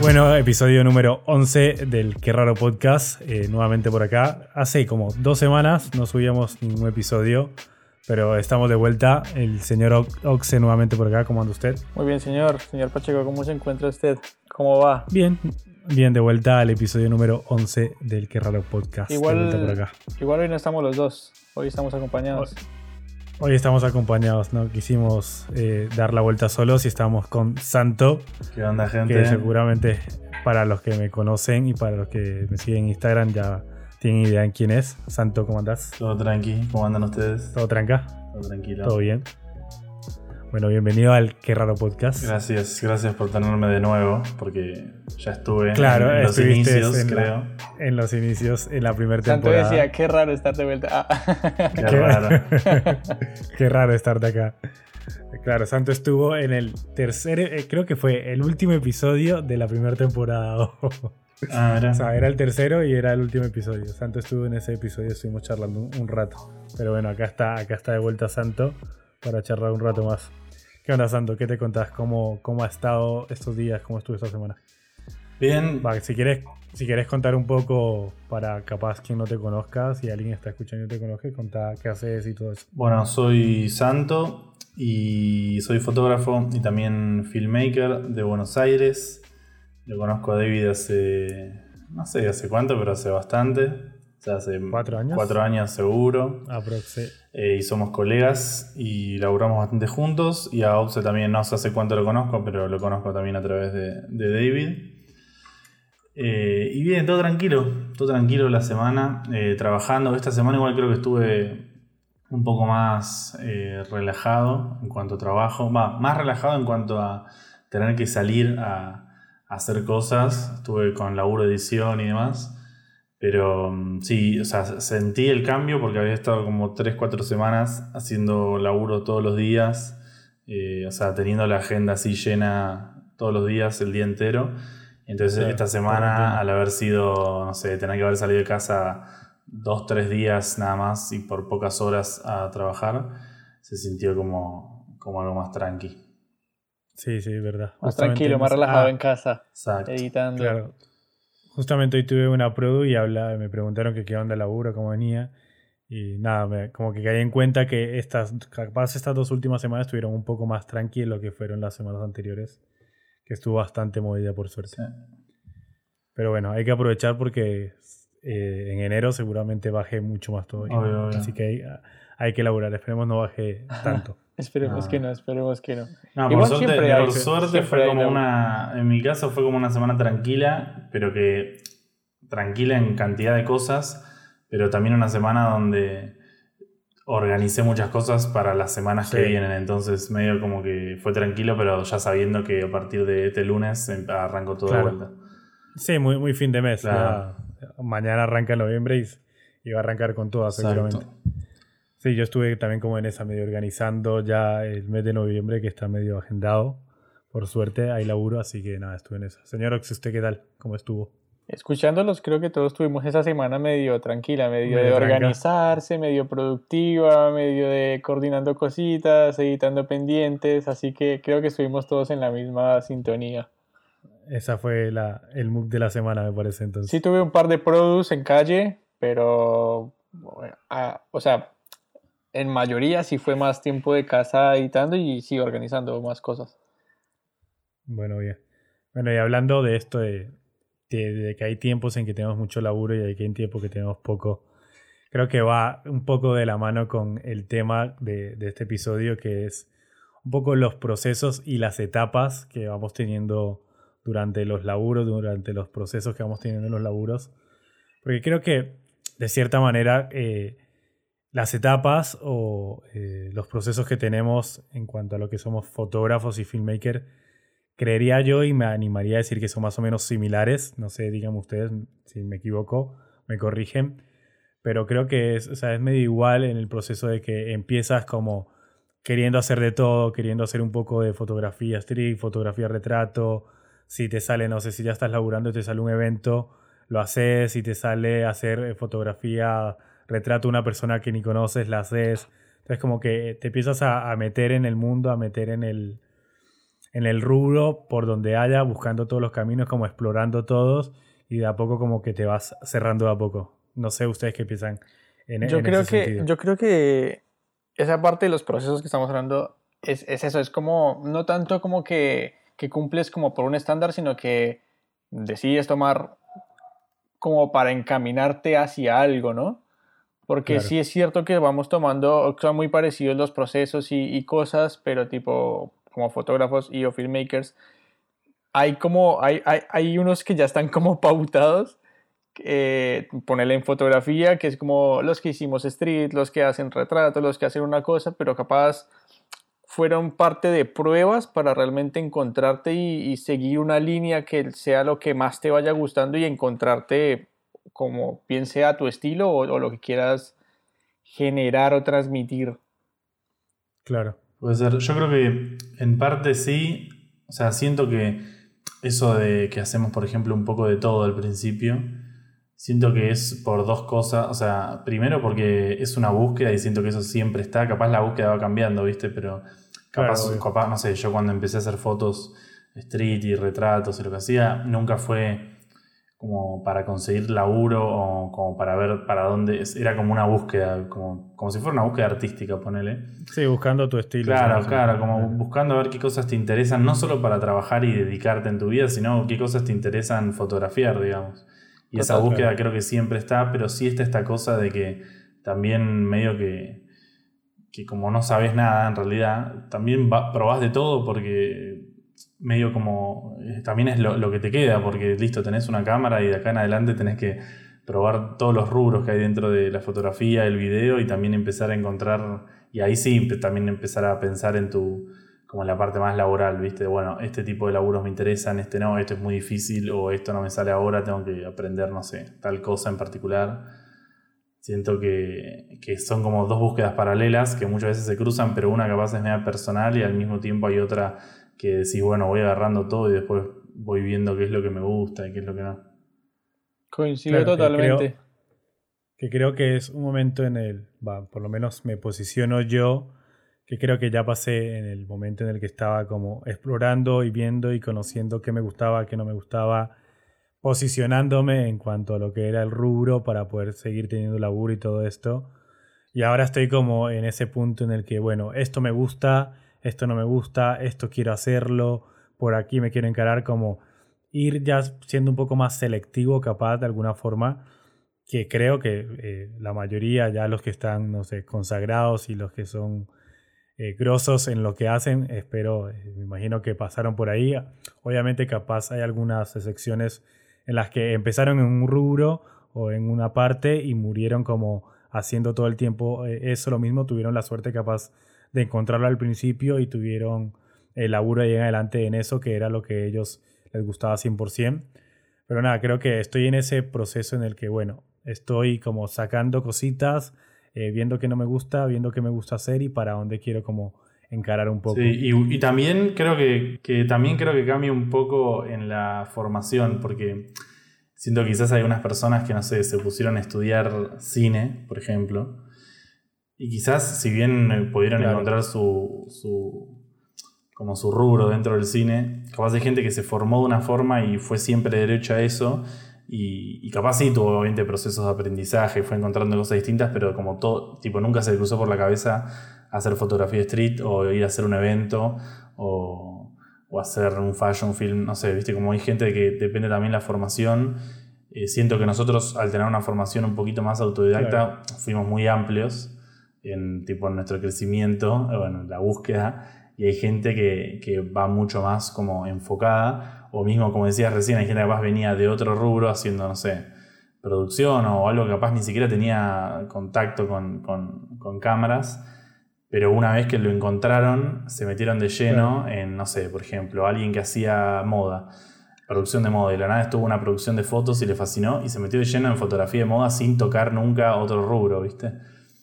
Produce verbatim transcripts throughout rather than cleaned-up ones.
Bueno, episodio número once del Qué Raro Podcast, eh, nuevamente por acá. Hace como dos semanas no subíamos ningún episodio, pero estamos de vuelta. El señor Oxe nuevamente por acá. ¿Cómo anda usted? Muy bien, señor. Señor Pacheco, ¿cómo se encuentra usted? ¿Cómo va? Bien, bien, de vuelta al episodio número once del Qué Raro Podcast. Igual, de vuelta por acá. Igual hoy no estamos los dos, hoy estamos acompañados. Hoy, hoy estamos acompañados, ¿no? Quisimos eh, dar la vuelta solos y estamos con Santo. ¿Qué onda, gente? Que seguramente para los que me conocen y para los que me siguen en Instagram ya tienen idea en quién es. Santo, ¿cómo andás? Todo tranqui, ¿cómo andan ustedes? ¿Todo tranca? Todo tranquilo. ¿Todo bien? Bueno, bienvenido al Qué Raro Podcast. Gracias, gracias por tenerme de nuevo, porque ya estuve claro, en, en los inicios, en creo. La, en los inicios, en la primera Santo temporada. decía, qué raro estar de vuelta. Ah. Qué raro. Qué raro estar de acá. Claro, Santo estuvo en el tercer, eh, creo que fue el último episodio de la primera temporada. Ah, ¿verdad? O sea, era el tercero y era el último episodio. Santo estuvo en ese episodio, estuvimos charlando un, un rato. Pero bueno, acá está, acá está de vuelta Santo para charlar un rato más. ¿Qué onda, Santo? ¿Qué te contás? ¿Cómo, cómo ha estado estos días? ¿Cómo estuvo esta semana? Bien. Va, si quieres, si quieres contar un poco para capaz quien no te conozca, si alguien está escuchando y no te conozca, contá qué haces y todo eso. Bueno, soy Santo y soy fotógrafo y también filmmaker de Buenos Aires. Lo conozco a David hace, no sé hace cuánto, pero hace bastante. O sea, hace ¿Cuatro años? Cuatro años seguro. Aproxi. Eh, y somos colegas y laburamos bastante juntos. Y a Oxe también no sé hace cuánto lo conozco, pero lo conozco también a través de, de David. Eh, y bien, todo tranquilo, todo tranquilo la semana, eh, trabajando. Esta semana igual creo que estuve un poco más eh, relajado en cuanto a trabajo. Va, más relajado en cuanto a tener que salir a, a hacer cosas. Estuve con laburo de edición y demás. Pero sí, o sea, sentí el cambio porque había estado como tres cuatro semanas haciendo laburo todos los días. Eh, o sea, teniendo la agenda así llena todos los días, el día entero. Entonces sí, esta semana, al haber sido, no sé, tener que haber salido de casa dos, tres días nada más y por pocas horas a trabajar, se sintió como, como algo más tranqui. Sí, sí, verdad. Más tranquilo, más relajado ah, en casa, exacto. Editando. Claro. Justamente hoy tuve una produ y habla, me preguntaron que qué onda el laburo, cómo venía. Y nada, me, como que caí en cuenta que estas, capaz estas dos últimas semanas estuvieron un poco más tranquilos que fueron las semanas anteriores. Que estuvo bastante movida por suerte. Sí. Pero bueno, hay que aprovechar porque eh, en enero seguramente baje mucho más todo. Obvio, obvio. Así que hay, hay que laburar. Esperemos no baje tanto. Esperemos no. que no, esperemos que no. No, por suerte, por hay, suerte fue como una... En mi caso fue como una semana tranquila, pero que... Tranquila en cantidad de cosas, pero también una semana donde organicé muchas cosas para las semanas sí. que vienen. Entonces medio como que fue tranquilo, pero ya sabiendo que a partir de este lunes arranco todo claro. de vuelta. Sí, muy, muy fin de mes. Claro. Ya, mañana arranca noviembre y, y va a arrancar con todo seguramente. Sí, yo estuve también como en esa medio organizando ya el mes de noviembre que está medio agendado. Por suerte hay laburo, así que nada, estuve en eso. Señor Ox, ¿usted qué tal? ¿Cómo estuvo? Escuchándolos, creo que todos tuvimos esa semana medio tranquila, medio, medio de tranca. Organizarse, medio productiva, medio de coordinando cositas, editando pendientes, así que creo que estuvimos todos en la misma sintonía. Esa fue la, el mood de la semana, me parece entonces. Sí tuve un par de produce en calle, pero, bueno, ah, o sea... En mayoría sí fue más tiempo de casa editando y sí organizando más cosas. Bueno, bien. Bueno, y hablando de esto de, de, de que hay tiempos en que tenemos mucho laburo y hay que hay tiempos que tenemos poco, creo que va un poco de la mano con el tema de, de este episodio, que es un poco los procesos y las etapas que vamos teniendo durante los laburos, durante los procesos que vamos teniendo en los laburos. Porque creo que, de cierta manera... Eh, Las etapas o eh, los procesos que tenemos en cuanto a lo que somos fotógrafos y filmmaker, creería yo y me animaría a decir que son más o menos similares. No sé, díganme ustedes si me equivoco, me corrigen. Pero creo que es, o sea, es medio igual en el proceso de que empiezas como queriendo hacer de todo, queriendo hacer un poco de fotografía street, fotografía retrato. Si te sale, no sé, si ya estás laburando y te sale un evento, lo haces. Si te sale hacer fotografía... retrato a una persona que ni conoces, la haces. Entonces como que te empiezas a, a meter en el mundo, a meter en el en el rubro por donde haya, buscando todos los caminos, como explorando todos y de a poco como que te vas cerrando de a poco. No sé ustedes qué piensan en, Yo en creo ese que, sentido. yo creo que esa parte de los procesos que estamos hablando es, es eso, es como, no tanto como que, que cumples como por un estándar, sino que decides tomar como para encaminarte hacia algo, ¿no? Porque Claro, sí es cierto que vamos tomando, son muy parecidos los procesos y, y cosas, pero tipo, como fotógrafos y o filmmakers, hay como, hay, hay, hay unos que ya están como pautados, eh, ponerle en fotografía, que es como los que hicimos street, los que hacen retratos, los que hacen una cosa, pero capaz fueron parte de pruebas para realmente encontrarte y, y seguir una línea que sea lo que más te vaya gustando y encontrarte como bien sea tu estilo o, o lo que quieras generar o transmitir. claro. Puede ser. Yo creo que en parte sí. O sea, siento que eso de que hacemos, por ejemplo, un poco de todo al principio, siento que es por dos cosas. O sea, primero porque es una búsqueda y siento que eso siempre está. Capaz la búsqueda va cambiando, ¿viste? Pero Claro, capaz, obvio. capaz, no sé, yo cuando empecé a hacer fotos street y retratos y lo que hacía, nunca fue como para conseguir laburo o como para ver para dónde. es- Era como una búsqueda, como, como si fuera una búsqueda artística, ponele. Sí, buscando tu estilo, Claro, digamos, en claro, como general. buscando a ver qué cosas te interesan, no solo para trabajar y dedicarte en tu vida, sino qué cosas te interesan fotografiar, digamos. Y esa Total. búsqueda Claro, creo que siempre está, pero sí está esta cosa de que también medio que, que como no sabes nada en realidad, también va- probás de todo porque medio como eh, también es lo, lo que te queda, porque listo, tenés una cámara y de acá en adelante tenés que probar todos los rubros que hay dentro de la fotografía, el video y también empezar a encontrar, y ahí sí empe- también empezar a pensar en tu, como en la parte más laboral, ¿viste? Bueno, este tipo de laburos me interesan, este no, esto es muy difícil o esto no me sale ahora, tengo que aprender, no sé, tal cosa en particular. Siento que, que son como dos búsquedas paralelas que muchas veces se cruzan, pero una capaz es media personal y al mismo tiempo hay otra que decís, bueno, voy agarrando todo y después voy viendo qué es lo que me gusta y qué es lo que no. Coincido claro, que totalmente. creo, que creo que es un momento en el, va, por lo menos me posiciono yo, que creo que ya pasé en el momento en el que estaba como explorando y viendo y conociendo qué me gustaba, qué no me gustaba, posicionándome en cuanto a lo que era el rubro para poder seguir teniendo laburo y todo esto. Y ahora estoy como en ese punto en el que, bueno, esto me gusta, esto no me gusta, esto quiero hacerlo, por aquí me quiero encarar, como ir ya siendo un poco más selectivo, capaz de alguna forma, que creo que eh, la mayoría, ya los que están, no sé, consagrados y los que son eh, grosos en lo que hacen, espero, eh, me imagino que pasaron por ahí. Obviamente capaz hay algunas excepciones en las que empezaron en un rubro o en una parte y murieron como haciendo todo el tiempo eh, eso lo mismo, tuvieron la suerte capaz de encontrarlo al principio y tuvieron el laburo ahí en adelante en eso, que era lo que a ellos les gustaba cien por ciento. Pero nada, creo que estoy en ese proceso en el que, bueno, estoy como sacando cositas, eh, viendo qué no me gusta, viendo qué me gusta hacer y para dónde quiero como encarar un Sí, poco. y, y también creo que, que también creo que cambia un poco en la formación, porque siento que quizás hay unas personas que no sé, se pusieron a estudiar cine, por ejemplo, y quizás si bien eh, pudieron Claro, encontrar su, su como su rubro dentro del cine. Capaz hay gente que se formó de una forma y fue siempre derecho a eso. Y, y capaz sí tuvo obviamente procesos de aprendizaje, fue encontrando cosas distintas, pero como todo, tipo, nunca se le cruzó por la cabeza hacer fotografía street o ir a hacer un evento o, o hacer un fashion film, no sé, viste, como hay gente que depende también la formación. Eh, siento que nosotros, al tener una formación un poquito más claro. autodidacta, fuimos muy amplios en, tipo, en nuestro crecimiento, bueno, en la búsqueda, y hay gente que, que va mucho más como enfocada, o mismo como decías recién, hay gente que capaz venía de otro rubro haciendo, no sé, producción o algo que capaz ni siquiera tenía contacto con, con, con cámaras, pero una vez que lo encontraron, se metieron de Claro. lleno en, no sé, por ejemplo, alguien que hacía moda, producción de moda, y la nada estuvo una producción de fotos y le fascinó, y se metió de lleno en fotografía de moda sin tocar nunca otro rubro, ¿viste?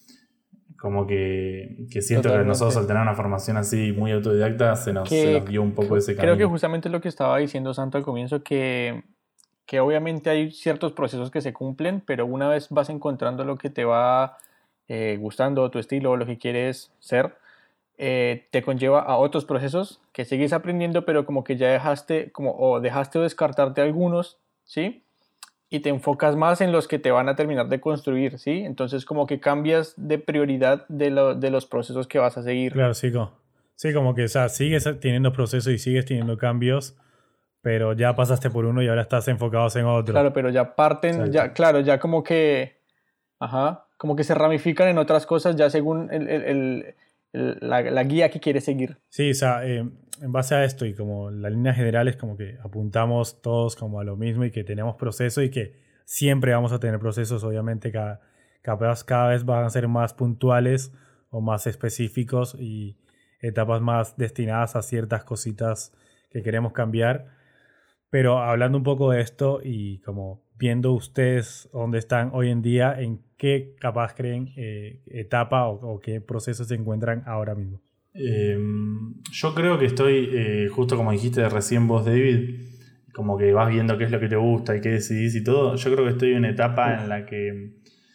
Como que, que siento que nosotros Totalmente. al tener una formación así muy autodidacta se nos, se Que nos dio un poco c- ese creo que camino. justamente lo que estaba diciendo Santo al comienzo, que, que obviamente hay ciertos procesos que se cumplen, pero una vez vas encontrando lo que te va eh, gustando, tu estilo, o lo que quieres ser, eh, te conlleva a otros procesos que sigues aprendiendo, pero como que ya dejaste, como, o dejaste de descartarte algunos, ¿sí? Y te enfocas más en los que te van a terminar de construir, ¿sí? Entonces como que cambias de prioridad de, lo, de los procesos que vas a seguir. Claro, sí, como, sí, como que o sea, sigues teniendo procesos y sigues teniendo cambios, pero ya pasaste por uno y ahora estás enfocado en otro. Claro, pero ya parten, Exacto. ya, claro, ya como que, ajá, como que se ramifican en otras cosas ya según el, el, el, el, la, la guía que quieres seguir. Sí, o sea, eh, en base a esto y como las líneas generales como que apuntamos todos como a lo mismo y que tenemos procesos y que siempre vamos a tener procesos, obviamente cada, capaz cada vez van a ser más puntuales o más específicos y etapas más destinadas a ciertas cositas que queremos cambiar. Pero hablando un poco de esto y como viendo ustedes dónde están hoy en día, ¿en qué capaz creen eh, etapa o, o qué procesos se encuentran ahora mismo? Eh, yo creo que estoy, eh, justo como dijiste recién vos, David, como que vas viendo qué es lo que te gusta y qué decidís y todo. Yo creo que estoy en una etapa Uf. en la que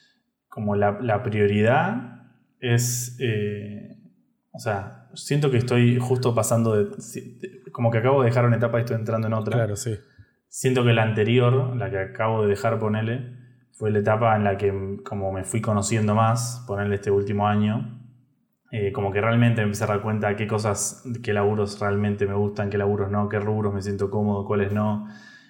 como la, la prioridad es... Eh, o sea, siento que estoy justo pasando de, de... Como que acabo de dejar una etapa y estoy entrando en otra. Claro, sí. Siento que la anterior, la que acabo de dejar, ponele, fue la etapa en la que como me fui conociendo más, ponerle este último año. Eh, como que realmente me empecé a dar cuenta de qué cosas, qué laburos realmente me gustan, qué laburos no, qué rubros me siento cómodo, cuáles no,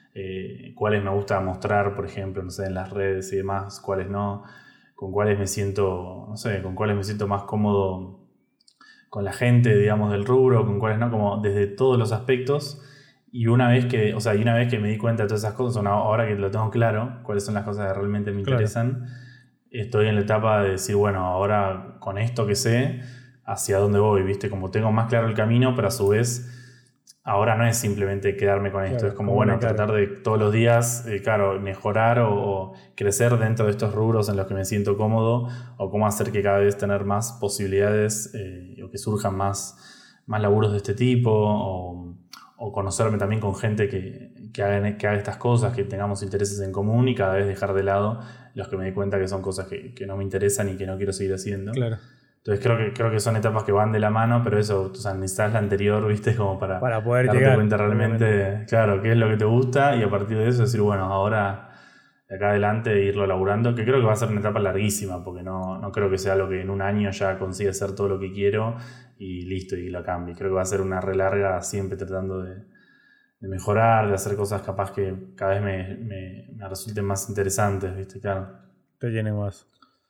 eh, cuáles me gusta mostrar, por ejemplo, no sé, en las redes y demás, cuáles no, con cuáles me siento, no sé, con cuáles me siento más cómodo con la gente, digamos, del rubro, con cuáles no, como desde todos los aspectos. Y una vez que, o sea, y una vez que me di cuenta de todas esas cosas, ahora que lo tengo claro, cuáles son las cosas que realmente me claro. interesan, estoy en la etapa de decir, bueno, ahora con esto que sé, hacia dónde voy, ¿viste? Como tengo más claro el camino, pero a su vez, ahora no es simplemente quedarme con esto, claro, es como, bueno, tratar de todos los días, eh, claro, mejorar o, o crecer dentro de estos rubros en los que me siento cómodo, o cómo hacer que cada vez tener más posibilidades, eh, o que surjan más, más laburos de este tipo, o, o conocerme también con gente que, que, haga, que haga estas cosas, que tengamos intereses en común y cada vez dejar de lado los que me di cuenta que son cosas que, que no me interesan y que no quiero seguir haciendo. Claro. Entonces creo que, creo que son etapas que van de la mano, pero eso, o sea, necesitas la anterior, ¿viste? Como para, para poder darte llegar, cuenta realmente, obviamente. Claro, qué es lo que te gusta y a partir de eso decir, bueno, ahora de acá adelante irlo laburando, que creo que va a ser una etapa larguísima, porque no, no creo que sea algo que en un año ya consiga hacer todo lo que quiero y listo, y lo cambie. Creo que va a ser una re larga siempre tratando de, de mejorar, de hacer cosas capaz que cada vez me, me, me resulten más interesantes, ¿viste? Claro. Te llenen más.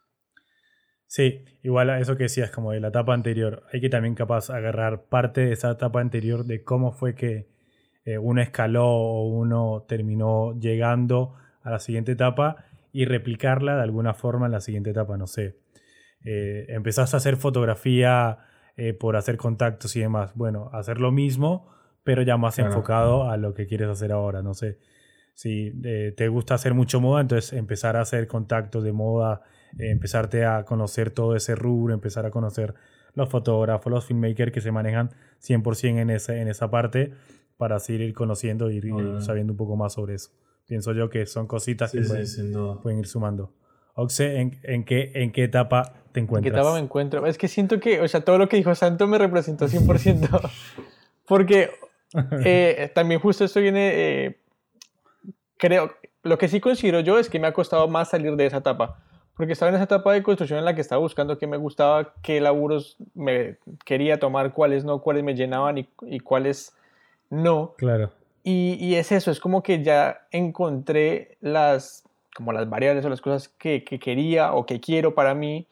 Sí, igual a eso que decías, como de la etapa anterior, hay que también capaz agarrar parte de esa etapa anterior de cómo fue que eh, uno escaló o uno terminó llegando a la siguiente etapa y replicarla de alguna forma en la siguiente etapa, no sé. Eh, empezaste a hacer fotografía eh, por hacer contactos y demás. Bueno, hacer lo mismo, pero ya más claro. enfocado a lo que quieres hacer ahora, no sé. Si eh, te gusta hacer mucho moda, entonces empezar a hacer contactos de moda, eh, empezarte a conocer todo ese rubro, empezar a conocer los fotógrafos, los filmmakers que se manejan cien por ciento en, ese, en esa parte para así ir conociendo y ir uh-huh. sabiendo un poco más sobre eso. Pienso yo que son cositas sí, que sí, pueden, pueden ir sumando. Oxe, ¿en, en, qué, ¿en qué etapa te encuentras? ¿En qué etapa me encuentro? Es que siento que, o sea, todo lo que dijo Santo me representó cien por ciento. Porque eh, también justo esto viene... Eh, creo, lo que sí considero yo es que me ha costado más salir de esa etapa, porque estaba en esa etapa de construcción en la que estaba buscando qué me gustaba, qué laburos me quería tomar, cuáles no, cuáles me llenaban y, y cuáles no. Claro. Y, y es eso, es como que ya encontré las, como las variables o las cosas que, que quería o que quiero para mí,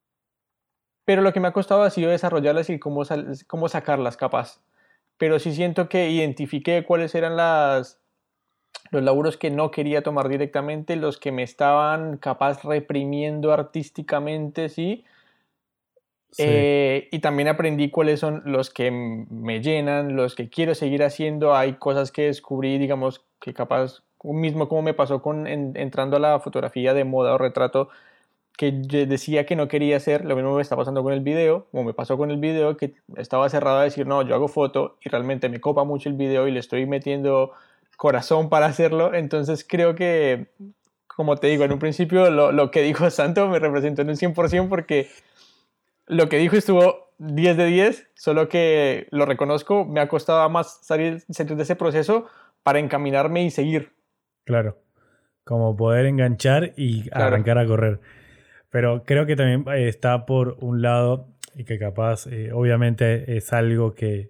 pero lo que me ha costado ha sido desarrollarlas y cómo, cómo sacarlas capaz. Pero sí siento que identifiqué cuáles eran las... los laburos que no quería tomar directamente, los que me estaban capaz reprimiendo artísticamente, ¿sí? sí. Eh, y también aprendí cuáles son los que me llenan, los que quiero seguir haciendo. Hay cosas que descubrí, digamos, que capaz, mismo como me pasó con en, entrando a la fotografía de moda o retrato, que yo decía que no quería hacer, lo mismo me está pasando con el video, como me pasó con el video, que estaba cerrado a decir, no, yo hago foto y realmente me copa mucho el video y le estoy metiendo corazón para hacerlo. Entonces creo que, como te digo, en un principio lo, lo que dijo Santo me representó en un cien por ciento porque lo que dijo estuvo diez de diez, solo que lo reconozco, me ha costado más salir, salir de ese proceso para encaminarme y seguir. Claro, como poder enganchar y Claro. arrancar a correr. Pero creo que también eh, está por un lado, y que capaz, eh, obviamente es algo que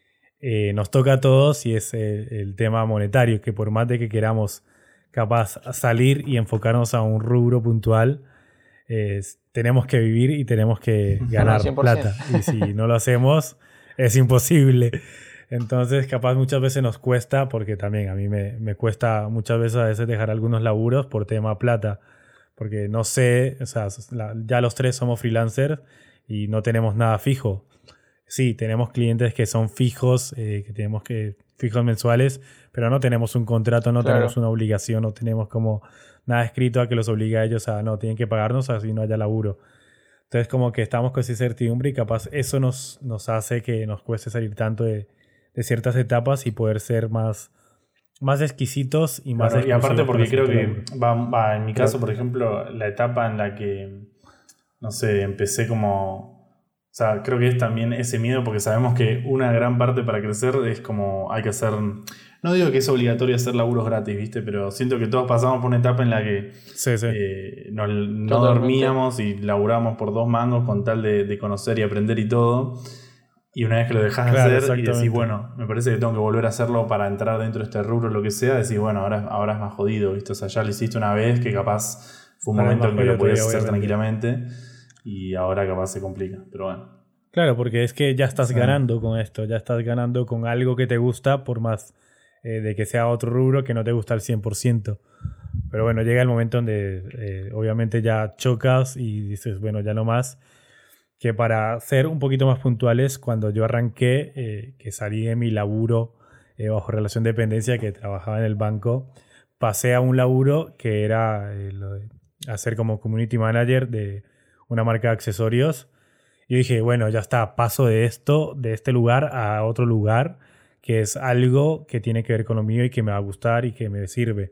eh, nos toca a todos, y es eh, el tema monetario, que por más de que queramos capaz salir y enfocarnos a un rubro puntual, eh, tenemos que vivir y tenemos que ganar cien por ciento. plata. Y si no lo hacemos, es imposible. Entonces, capaz muchas veces nos cuesta, porque también a mí me, me cuesta muchas veces a veces dejar algunos laburos por tema plata. Porque no sé, o sea, la- ya los tres somos freelancers y no tenemos nada fijo. Sí, tenemos clientes que son fijos, eh, que tenemos que fijos mensuales, pero no tenemos un contrato, no Claro. tenemos una obligación, no tenemos como nada escrito a que los obligue a ellos a no, tienen que pagarnos así no haya laburo. Entonces como que estamos con esa incertidumbre y capaz eso nos, nos hace que nos cueste salir tanto de, de ciertas etapas y poder ser más, más exquisitos y más Claro, y aparte exclusivos porque con creo cierto que, laburo. va, va, en mi Creo- caso, por ejemplo, la etapa en la que, no sé, empecé como... O sea, creo que es también ese miedo porque sabemos que una gran parte para crecer es como hay que hacer... No digo que es obligatorio hacer laburos gratis, ¿viste? Pero siento que todos pasamos por una etapa en la que Sí, sí. eh, no, no Totalmente. dormíamos y laburamos por dos mangos con tal de, de conocer y aprender y todo. Y una vez que lo dejas de Claro, hacer y decís, exactamente. bueno, me parece que tengo que volver a hacerlo para entrar dentro de este rubro, lo que sea, decís, bueno, ahora, ahora es más jodido, ¿viste? O sea, ya lo hiciste una vez que capaz fue un Ahora es momento más en que lo jodido podías todavía, hacer obviamente. tranquilamente y ahora capaz se complica, pero bueno. Claro, porque es que ya estás Sí. ganando con esto, ya estás ganando con algo que te gusta, por más eh, de que sea otro rubro que no te gusta al cien por ciento. Pero bueno, llega el momento donde eh, obviamente ya chocas y dices, bueno, ya no más. Que para ser un poquito más puntuales, cuando yo arranqué, eh, que salí de mi laburo eh, bajo relación de dependencia, que trabajaba en el banco, pasé a un laburo que era eh, lo de hacer como community manager de una marca de accesorios. Yo dije, bueno, ya está, paso de esto, de este lugar a otro lugar, que es algo que tiene que ver con lo mío y que me va a gustar y que me sirve.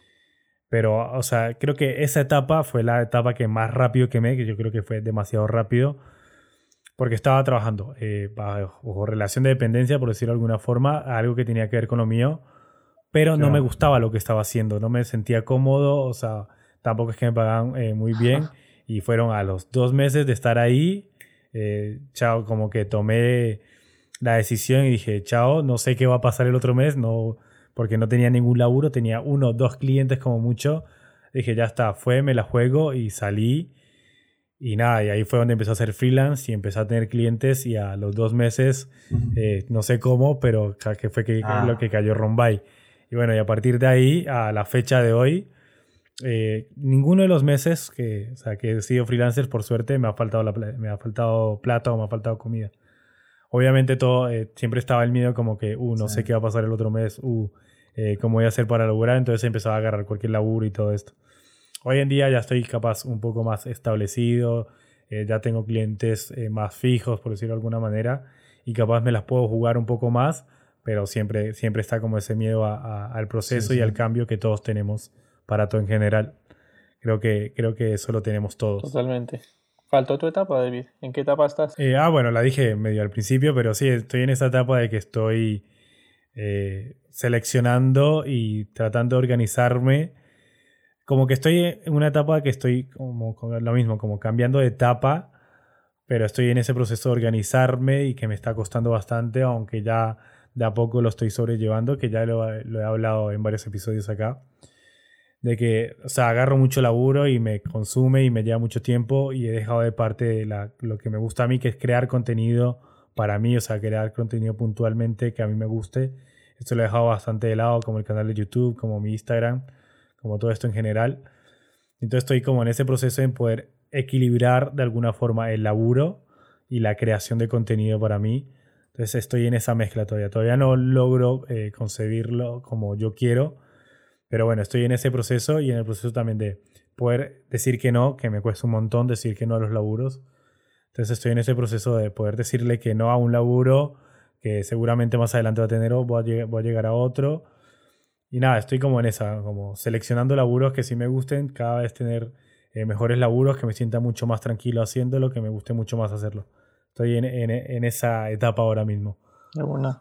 Pero, o sea, creo que esa etapa fue la etapa que más rápido quemé, que yo creo que fue demasiado rápido, porque estaba trabajando eh, bajo relación de dependencia, por decirlo de alguna forma, algo que tenía que ver con lo mío, pero no Claro. me gustaba lo que estaba haciendo, no me sentía cómodo, o sea, tampoco es que me pagaban eh, muy bien, y fueron a los dos meses de estar ahí, eh, chao, como que tomé la decisión y dije, chao, no sé qué va a pasar el otro mes, no, porque no tenía ningún laburo, tenía uno o dos clientes como mucho, dije, ya está, fue, me la juego y salí. Y nada, y ahí fue donde empecé a hacer freelance y empecé a tener clientes y a los dos meses, eh, no sé cómo, pero ca- que fue que, Ah. lo que cayó Rombay. Y bueno, y a partir de ahí, a la fecha de hoy, eh, ninguno de los meses que, o sea, que he sido freelancer, por suerte, me ha faltado, la, pla- me ha faltado plata o me ha faltado comida. Obviamente todo, eh, siempre estaba el miedo como que, uh, no Sí. sé qué va a pasar el otro mes, uh, eh, cómo voy a hacer para laburar, entonces empezaba a agarrar cualquier laburo y todo esto. Hoy en día ya estoy capaz un poco más establecido, eh, ya tengo clientes eh, más fijos, por decirlo de alguna manera, y capaz me las puedo jugar un poco más, pero siempre, siempre está como ese miedo a- a- al proceso Sí, y sí. al cambio que todos tenemos para todo en general. Creo que, creo que eso lo tenemos todos. Totalmente. Faltó tu etapa, David. ¿En qué etapa estás? Eh, ah, bueno, la dije medio al principio, pero sí, estoy en esa etapa de que estoy eh, seleccionando y tratando de organizarme. Como que estoy en una etapa que estoy como con lo mismo, como cambiando de etapa, pero estoy en ese proceso de organizarme y que me está costando bastante, aunque ya de a poco lo estoy sobrellevando, que ya lo, lo he hablado en varios episodios acá. De que, o sea, agarro mucho laburo y me consume y me lleva mucho tiempo y he dejado de parte la, lo que me gusta a mí, que es crear contenido para mí, o sea, crear contenido puntualmente que a mí me guste. Esto lo he dejado bastante de lado, como el canal de YouTube, como mi Instagram, como todo esto en general. Entonces estoy como en ese proceso en poder equilibrar de alguna forma el laburo y la creación de contenido para mí. Entonces estoy en esa mezcla todavía. Todavía no logro eh, concebirlo como yo quiero, pero bueno, estoy en ese proceso y en el proceso también de poder decir que no, que me cuesta un montón decir que no a los laburos. Entonces estoy en ese proceso de poder decirle que no a un laburo que seguramente más adelante va a tener o voy a, lleg- voy a llegar a otro. Y nada, estoy como en esa, como seleccionando laburos que sí me gusten, cada vez tener eh, mejores laburos, que me sienta mucho más tranquilo haciéndolo, que me guste mucho más hacerlo. Estoy en, en, en esa etapa ahora mismo. De buena.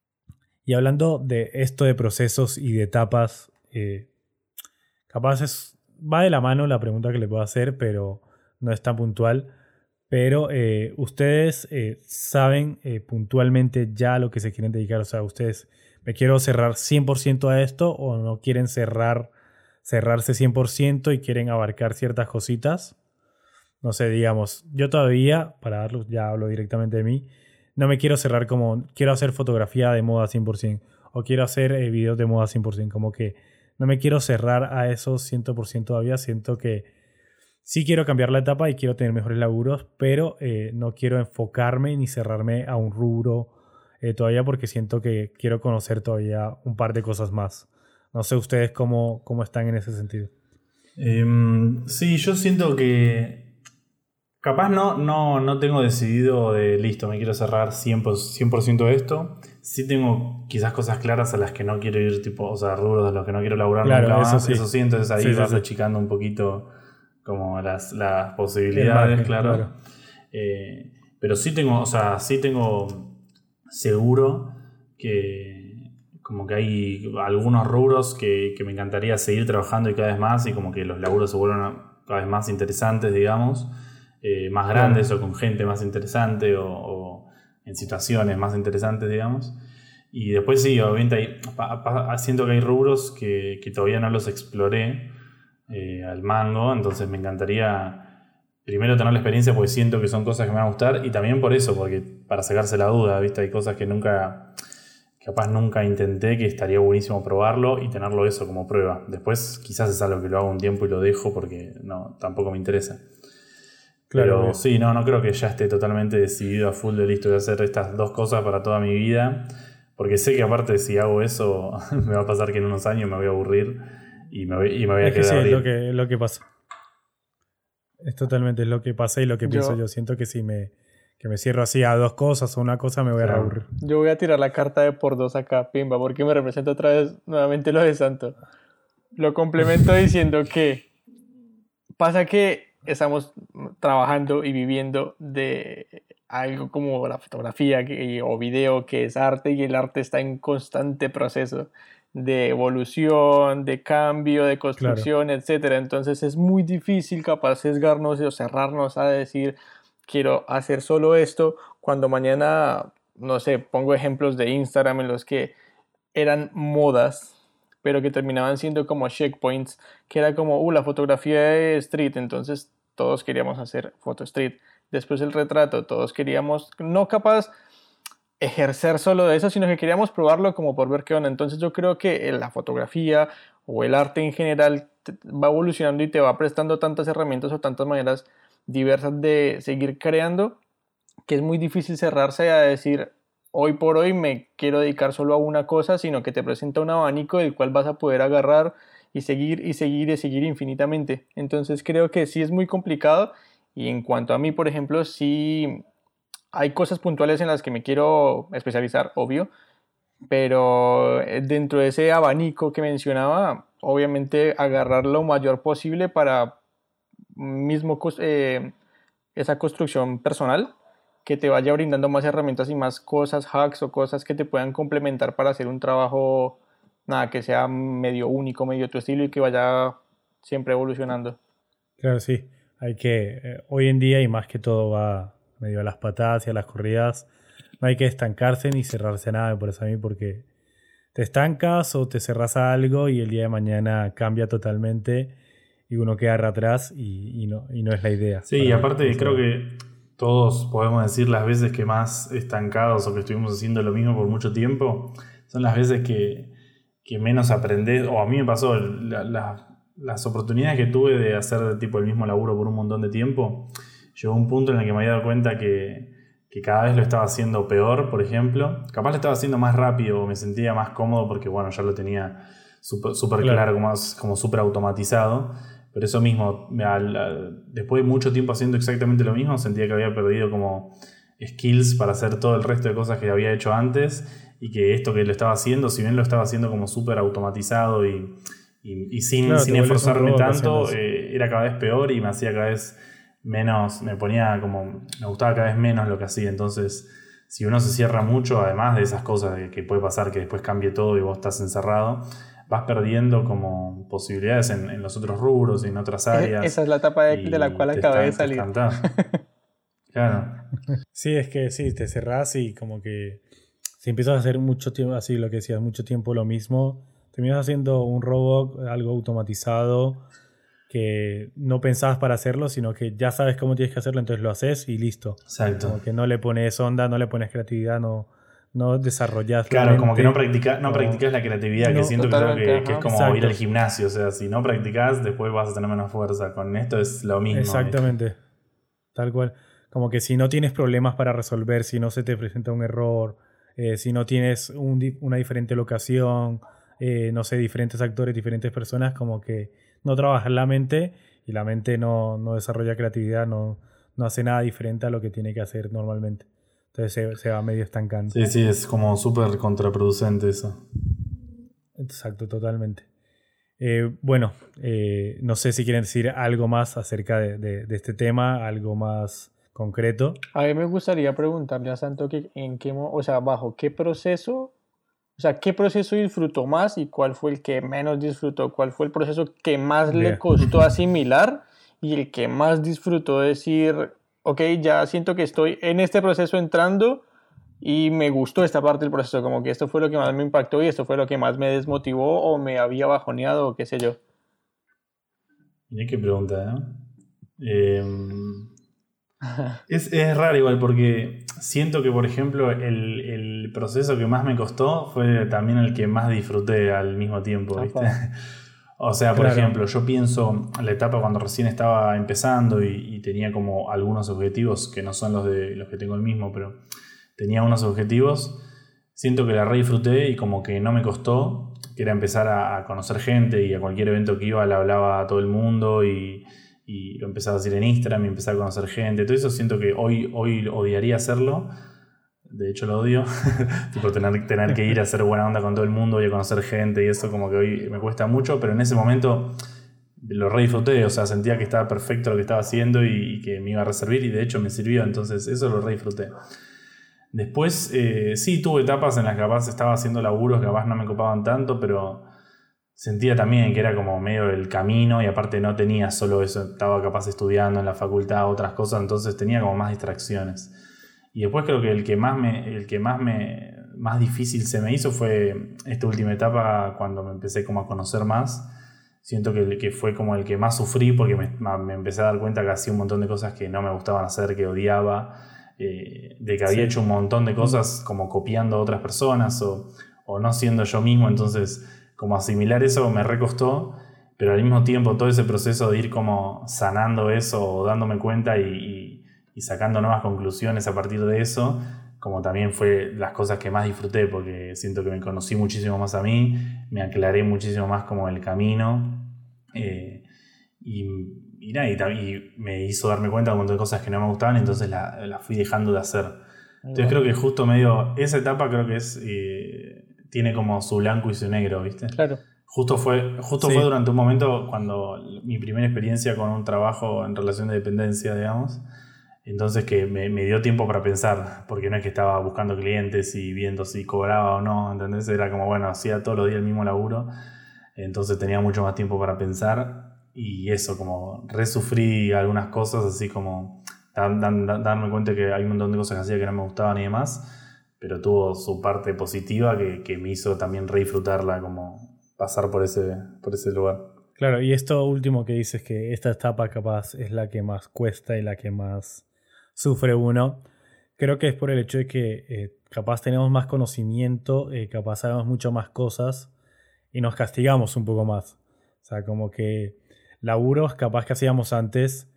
Y hablando de esto de procesos y de etapas, eh, capaz es, va de la mano la pregunta que les puedo hacer, pero no es tan puntual. Pero eh, ustedes eh, saben eh, puntualmente ya a lo que se quieren dedicar. O sea, ustedes, ¿me quiero cerrar cien por ciento a esto o no quieren cerrar, cerrarse cien por ciento y quieren abarcar ciertas cositas? No sé, digamos, yo todavía, para darlo, ya hablo directamente de mí, no me quiero cerrar como, quiero hacer fotografía de moda cien por ciento o quiero hacer eh, videos de moda cien por ciento. Como que no me quiero cerrar a eso cien por ciento todavía. Siento que sí quiero cambiar la etapa y quiero tener mejores laburos, pero eh, no quiero enfocarme ni cerrarme a un rubro eh, todavía porque siento que quiero conocer todavía un par de cosas más. No sé ustedes cómo, cómo están en ese sentido. Eh, sí, yo siento que capaz no, no, no tengo decidido de listo, me quiero cerrar cien por ciento de esto. Sí tengo quizás cosas claras a las que no quiero ir, tipo, o sea, rubros de los que no quiero laburar claro, nunca eso más. sí. Eso sí, entonces ahí sí, vas sí, sí. achicando un poquito como las, las posibilidades, margen, claro. claro. Eh, pero sí tengo, o sea, sí tengo seguro que como que hay algunos rubros que, que me encantaría seguir trabajando y cada vez más, y como que los laburos se vuelvan cada vez más interesantes, digamos. Eh, más grandes claro. O con gente más interesante o, o en situaciones más interesantes, digamos. Y después sí, obviamente hay, pa, pa, siento que hay rubros que, que todavía no los exploré eh, al mango, entonces me encantaría primero tener la experiencia porque siento que son cosas que me van a gustar, y también por eso, porque para sacarse la duda, ¿viste? Hay cosas que nunca, capaz nunca intenté, que estaría buenísimo probarlo y tenerlo eso como prueba. Después quizás es algo que lo hago un tiempo y lo dejo porque no, tampoco me interesa. Claro, pero sí, no, no creo que ya esté totalmente decidido a full de listo de hacer estas dos cosas para toda mi vida, porque sé que aparte si hago eso me va a pasar que en unos años me voy a aburrir y me voy, y me voy es a quedar. Que sí, es lo que, es lo que pasa. Es totalmente lo que pasa y lo que yo, pienso yo. Siento que si me, que me cierro así a dos cosas o una cosa me voy claro. a aburrir. Yo voy a tirar la carta de por dos acá, pimba, porque me representa otra vez nuevamente lo de Santo. Lo complemento diciendo que pasa que estamos trabajando y viviendo de algo como la fotografía que, o video, que es arte, y el arte está en constante proceso de evolución, de cambio, de construcción, claro. etcétera. Entonces es muy difícil capaz sesgarnos o cerrarnos a decir quiero hacer solo esto, cuando mañana, no sé, pongo ejemplos de Instagram en los que eran modas, pero que terminaban siendo como checkpoints, que era como, uh, la fotografía de street, entonces todos queríamos hacer foto street. Después el retrato, todos queríamos, no capaz ejercer solo de eso, sino que queríamos probarlo como por ver qué onda. Entonces yo creo que la fotografía o el arte en general va evolucionando y te va prestando tantas herramientas o tantas maneras diversas de seguir creando, que es muy difícil cerrarse a decir hoy por hoy me quiero dedicar solo a una cosa, sino que te presenta un abanico del cual vas a poder agarrar y seguir y seguir y seguir infinitamente. Entonces creo que sí es muy complicado, y en cuanto a mí, por ejemplo, sí hay cosas puntuales en las que me quiero especializar, obvio, pero dentro de ese abanico que mencionaba, obviamente agarrar lo mayor posible para mismo eh, esa construcción personal, que te vaya brindando más herramientas y más cosas, hacks o cosas que te puedan complementar para hacer un trabajo, nada, que sea medio único, medio tu estilo, y que vaya siempre evolucionando. Claro, sí. Hay que, eh, hoy en día, y más que todo va medio a las patadas y a las corridas, no hay que estancarse ni cerrarse a nada, me parece a mí, porque te estancas o te cerras a algo y el día de mañana cambia totalmente y uno queda atrás y, y, no, y no es la idea. Sí, y aparte creo que todos podemos decir las veces que más estancados o que estuvimos haciendo lo mismo por mucho tiempo son las veces que, que menos aprendés, o a mí me pasó la, la, las oportunidades que tuve de hacer tipo el mismo laburo por un montón de tiempo. Llegó un punto en el que me había dado cuenta que, que cada vez lo estaba haciendo peor, por ejemplo. Capaz lo estaba haciendo más rápido o me sentía más cómodo porque bueno, ya lo tenía súper super claro, claro, como, como súper automatizado. Pero eso mismo, al, al, después de mucho tiempo haciendo exactamente lo mismo, sentía que había perdido como skills para hacer todo el resto de cosas que había hecho antes, y que esto que lo estaba haciendo, si bien lo estaba haciendo como súper automatizado y, y, y sin, claro, sin esforzarme tanto, eh, era cada vez peor y me hacía cada vez menos, me ponía como, me gustaba cada vez menos lo que hacía. Entonces, si uno se cierra mucho, además de esas cosas de que puede pasar que después cambie todo y vos estás encerrado, vas perdiendo como posibilidades en, en los otros rubros y en otras áreas. Esa es la etapa de, de la cual acabé de salir. Claro. Sí, es que sí, te cerrás y como que si empiezas a hacer mucho tiempo, así lo que decías, mucho tiempo lo mismo, terminas haciendo un robot, algo automatizado que no pensabas para hacerlo, sino que ya sabes cómo tienes que hacerlo, entonces lo haces y listo. Exacto. Como que no le pones onda, no le pones creatividad, no, no desarrollas. Claro, como que no practicas no, no practicas la creatividad, no, que siento que, que, que es como Exacto. ir al gimnasio. O sea, si no practicas, después vas a tener menos fuerza. Con esto es lo mismo. Exactamente. ¿Viste? Tal cual. Como que si no tienes problemas para resolver, si no se te presenta un error, eh, si no tienes un, una diferente locación, eh, no sé, diferentes actores, diferentes personas, como que no trabajas la mente y la mente no, no desarrolla creatividad, no, no hace nada diferente a lo que tiene que hacer normalmente. Entonces se, se va medio estancando. Sí, sí, es como súper contraproducente eso. Exacto, totalmente. Eh, bueno, eh, no sé si quieren decir algo más acerca de, de, de este tema, algo más concreto. A mí me gustaría preguntarle a Santo que en qué, o sea, bajo qué proceso, o sea, qué proceso disfrutó más y cuál fue el que menos disfrutó, cuál fue el proceso que más yeah. le costó asimilar y el que más disfrutó decir, ok, ya siento que estoy en este proceso entrando y me gustó esta parte del proceso, como que esto fue lo que más me impactó y esto fue lo que más me desmotivó o me había bajoneado o qué sé yo. Mira qué pregunta, ¿no? Eh, es, es raro igual porque siento que, por ejemplo, el, el proceso que más me costó fue también el que más disfruté al mismo tiempo, ¿viste? O sea, por claro. ejemplo, yo pienso la etapa cuando recién estaba empezando y, y tenía como algunos objetivos que no son los de los que tengo el mismo, pero tenía unos objetivos. Siento que la re disfruté y como que no me costó, que era empezar a, a conocer gente y a cualquier evento que iba le hablaba a todo el mundo y, y lo empezaba a decir en Instagram y empezaba a conocer gente. Todo eso siento que hoy, hoy odiaría hacerlo. De hecho lo odio. Tipo tener, tener que ir a hacer buena onda con todo el mundo y a conocer gente y eso como que hoy me cuesta mucho, pero en ese momento lo re disfruté. O sea, sentía que estaba perfecto lo que estaba haciendo y, y que me iba a reservar y de hecho me sirvió. Entonces eso lo re disfruté. Después, eh, sí, tuve etapas en las que capaz estaba haciendo laburos que capaz no me copaban tanto, pero sentía también que era como medio el camino y aparte no tenía solo eso, estaba capaz estudiando en la facultad, otras cosas, entonces tenía como más distracciones. Y después creo que el que más me, el que más me, más difícil se me hizo fue esta última etapa cuando me empecé como a conocer más. Siento que, que fue como el que más sufrí porque me, me empecé a dar cuenta que hacía un montón de cosas que no me gustaban hacer, que odiaba. Eh, de que había sí. hecho un montón de cosas como copiando a otras personas o, o no siendo yo mismo, entonces como asimilar eso me recostó, pero al mismo tiempo todo ese proceso de ir como sanando eso o dándome cuenta y, y, y sacando nuevas conclusiones a partir de eso, como también fue las cosas que más disfruté porque siento que me conocí muchísimo más a mí, me aclaré muchísimo más como el camino eh, y Y, nada, y, y me hizo darme cuenta de un montón de cosas que no me gustaban, entonces la, la fui dejando de hacer. Entonces creo que justo medio, esa etapa creo que es eh, tiene como su blanco y su negro, ¿viste? Claro. Justo fue, justo sí. fue durante un momento cuando mi primera experiencia con un trabajo en relación de dependencia, digamos, entonces que me, me dio tiempo para pensar, porque no es que estaba buscando clientes y viendo si cobraba o no, ¿entendés? Era como, bueno, hacía todos los días el mismo laburo, entonces tenía mucho más tiempo para pensar. Y eso, como resufrí algunas cosas, así como dan, dan, dan, darme cuenta que hay un montón de cosas que hacía que no me gustaban y demás, pero tuvo su parte positiva que, que me hizo también re disfrutarla, como pasar por ese, por ese lugar. Claro, y esto último que dices, que esta etapa capaz es la que más cuesta y la que más sufre uno, creo que es por el hecho de que eh, capaz tenemos más conocimiento, eh, capaz sabemos mucho más cosas y nos castigamos un poco más. O sea, como que laburos capaz que hacíamos antes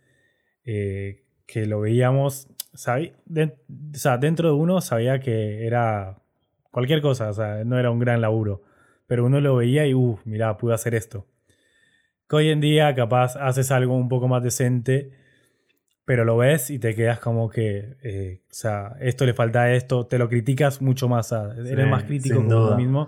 eh, que lo veíamos sabía, de, o sea, dentro de uno sabía que era cualquier cosa, o sea, no era un gran laburo, pero uno lo veía y uff, mirá, pude hacer esto. Que hoy en día capaz haces algo un poco más decente, pero lo ves y te quedas como que eh, o sea, esto le falta a esto, te lo criticas mucho más, ¿sabes? Eres sí, más crítico con uno mismo.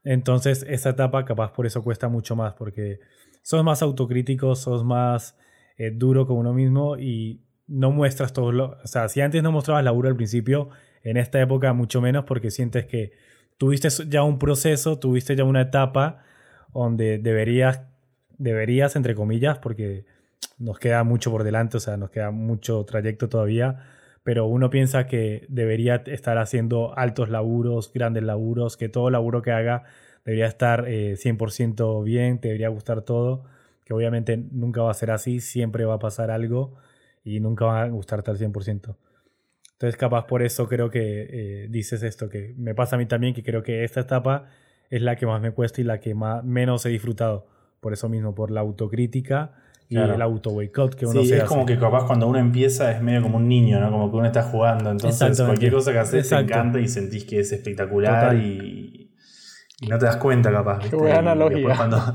Entonces esa etapa capaz por eso cuesta mucho más, porque sos más autocrítico, sos más eh, duro con uno mismo y no muestras todo lo... O sea, si antes no mostrabas laburo al principio, en esta época mucho menos porque sientes que tuviste ya un proceso, tuviste ya una etapa donde deberías, deberías, entre comillas, porque nos queda mucho por delante, o sea, nos queda mucho trayecto todavía, pero uno piensa que debería estar haciendo altos laburos, grandes laburos, que todo laburo que haga debería estar eh, cien por ciento bien, te debería gustar todo, que obviamente nunca va a ser así, siempre va a pasar algo y nunca va a gustarte al cien por ciento. Entonces capaz por eso creo que eh, dices esto, que me pasa a mí también, que creo que esta etapa es la que más me cuesta y la que más, menos he disfrutado. Por eso mismo, por la autocrítica y claro. el auto-boicot que uno sí, se hace. Sí, es como que capaz cuando uno empieza es medio como un niño, ¿no? Como que uno está jugando. Entonces cualquier cosa que haces Exacto. te encanta y sentís que es espectacular y, y no te das cuenta capaz, ¿viste? Qué buena analogía. Y después cuando,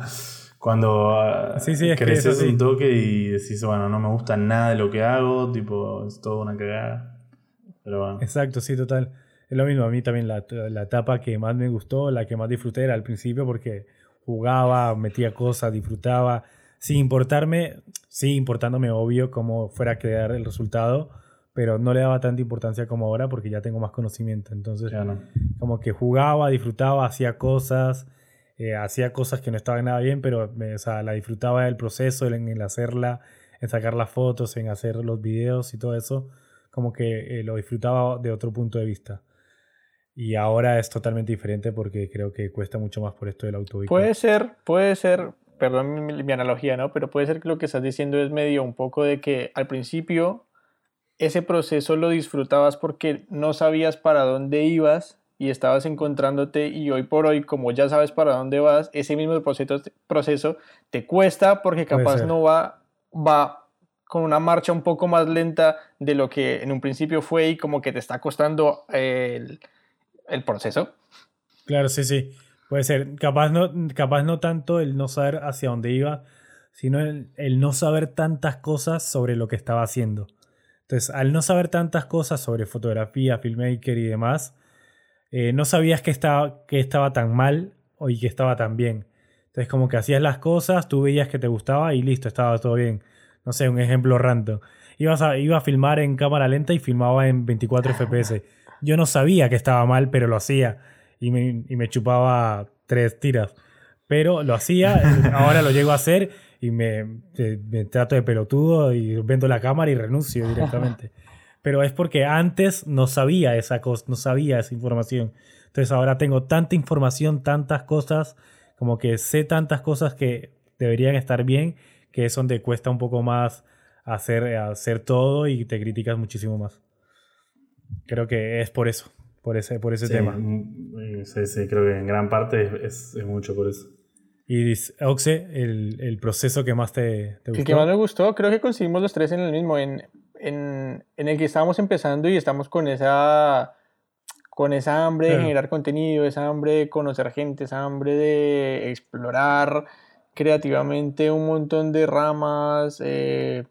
cuando sí, sí, es creces que un toque y decís, bueno, no me gusta nada de lo que hago, tipo, es todo una cagada. Pero bueno. Exacto, sí, total. Es lo mismo, a mí también la, la etapa que más me gustó, la que más disfruté era al principio porque jugaba, metía cosas, disfrutaba, sin importarme, sí importándome obvio cómo fuera a quedar el resultado, pero no le daba tanta importancia como ahora porque ya tengo más conocimiento. Entonces, ya no. como que jugaba, disfrutaba, hacía cosas, eh, hacía cosas que no estaban nada bien, pero me, o sea, la disfrutaba del proceso, en el hacerla, en sacar las fotos, en hacer los videos y todo eso. Como que eh, lo disfrutaba de otro punto de vista. Y ahora es totalmente diferente porque creo que cuesta mucho más por esto del autoboicot. Puede ser, puede ser, perdón mi, mi analogía, ¿no? Pero puede ser que lo que estás diciendo es medio un poco de que al principio ese proceso lo disfrutabas porque no sabías para dónde ibas y estabas encontrándote, y hoy por hoy, como ya sabes para dónde vas, ese mismo proceso, proceso te cuesta porque capaz no va... va con una marcha un poco más lenta de lo que en un principio fue y como que te está costando el, el proceso. Claro, sí, sí. Puede ser. Capaz no, capaz no tanto el no saber hacia dónde iba, sino el, el no saber tantas cosas sobre lo que estaba haciendo. Entonces, al no saber tantas cosas sobre fotografía, filmmaker y demás, eh, no sabías que estaba, que estaba tan mal o y que estaba tan bien. Entonces, como que hacías las cosas, tú veías que te gustaba y listo, estaba todo bien. No sé, un ejemplo random. Ibas a, iba a filmar en cámara lenta y filmaba en veinticuatro F P S. Yo no sabía que estaba mal, pero lo hacía. Y me, y me chupaba tres tiras. Pero lo hacía, ahora lo llego a hacer y me, me, me trato de pelotudo y vendo la cámara y renuncio directamente. Pero es porque antes no sabía esa cosa, no sabía esa información. Entonces ahora tengo tanta información, tantas cosas, como que sé tantas cosas que deberían estar bien, que es donde cuesta un poco más hacer, hacer todo y te criticas muchísimo más. Creo que es por eso, por ese, por ese sí, tema. Sí, sí, creo que en gran parte es, es mucho por eso. Y Oxe, el, el proceso que más te, te gustó. El que más me gustó, creo que coincidimos los tres en el mismo, en, en, en el que estábamos empezando y estamos con esa, con esa hambre claro. de generar contenido, esa hambre de conocer gente, esa hambre de explorar creativamente un montón de ramas, eh,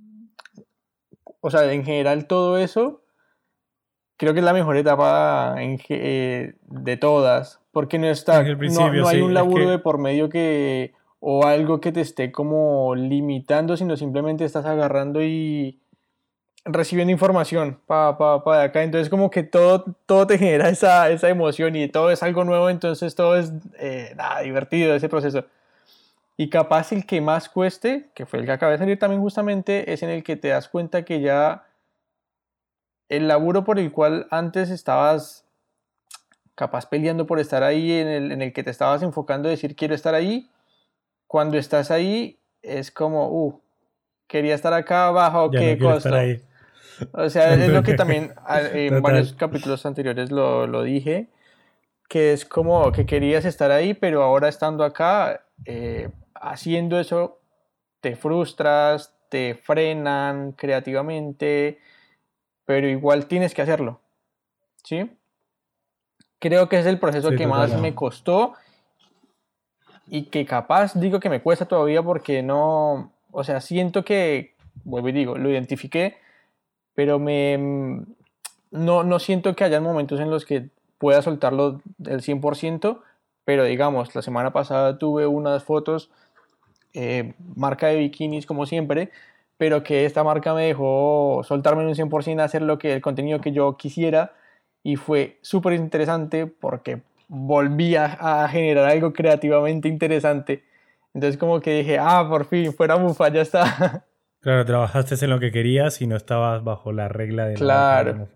o sea, en general todo eso creo que es la mejor etapa en, eh, de todas, porque no está, no, no hay sí, un laburo es que... de por medio que o algo que te esté como limitando, sino simplemente estás agarrando y recibiendo información para pa, pa de acá, entonces como que todo, todo te genera esa, esa emoción y todo es algo nuevo, entonces todo es eh, nada, divertido ese proceso. Y capaz el que más cueste, que fue el que acaba de salir también justamente, es en el que te das cuenta que ya el laburo por el cual antes estabas capaz peleando por estar ahí, en el, en el que te estabas enfocando, decir quiero estar ahí, cuando estás ahí es como, uh, quería estar acá abajo, ya qué no costo. Estar ahí. O sea, es lo que también en Total. varios capítulos anteriores lo, lo dije, que es como que querías estar ahí, pero ahora estando acá, eh, haciendo eso, te frustras, te frenan creativamente, pero igual tienes que hacerlo, ¿sí? Creo que es el proceso sí, que total, más no. me costó y que capaz digo que me cuesta todavía porque no, o sea, siento que, vuelvo y digo, lo identifiqué, pero me, no, no siento que haya momentos en los que pueda soltarlo del cien por ciento, pero digamos, la semana pasada tuve unas fotos, eh, marca de bikinis como siempre, pero que esta marca me dejó soltarme en un cien por ciento a hacer lo que, el contenido que yo quisiera, y fue súper interesante porque volví a, a generar algo creativamente interesante. Entonces como que dije, ah, por fin, fuera Mufa, ya está. Claro, trabajaste en lo que querías y no estabas bajo la regla de la Claro. marca.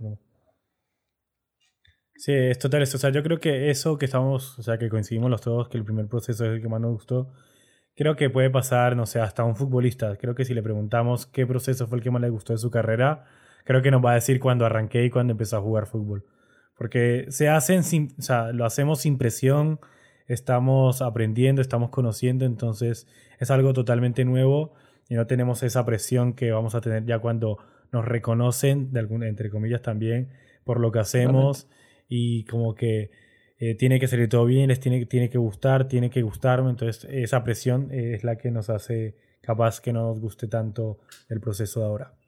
Sí, es total eso. O sea, yo creo que eso que estamos, o sea, que coincidimos los dos, que el primer proceso es el que más nos gustó, creo que puede pasar, no sé, hasta un futbolista. Creo que si le preguntamos qué proceso fue el que más le gustó de su carrera, creo que nos va a decir cuando arranqué y cuando empezó a jugar fútbol. Porque se hacen sin, o sea, lo hacemos sin presión, estamos aprendiendo, estamos conociendo, entonces es algo totalmente nuevo y no tenemos esa presión que vamos a tener ya cuando nos reconocen, de alguna, entre comillas también, por lo que hacemos. Realmente. Y como que eh, tiene que salir todo bien, les tiene, tiene que gustar, tiene que gustarme, entonces esa presión es la que nos hace capaz que no nos guste tanto el proceso de ahora.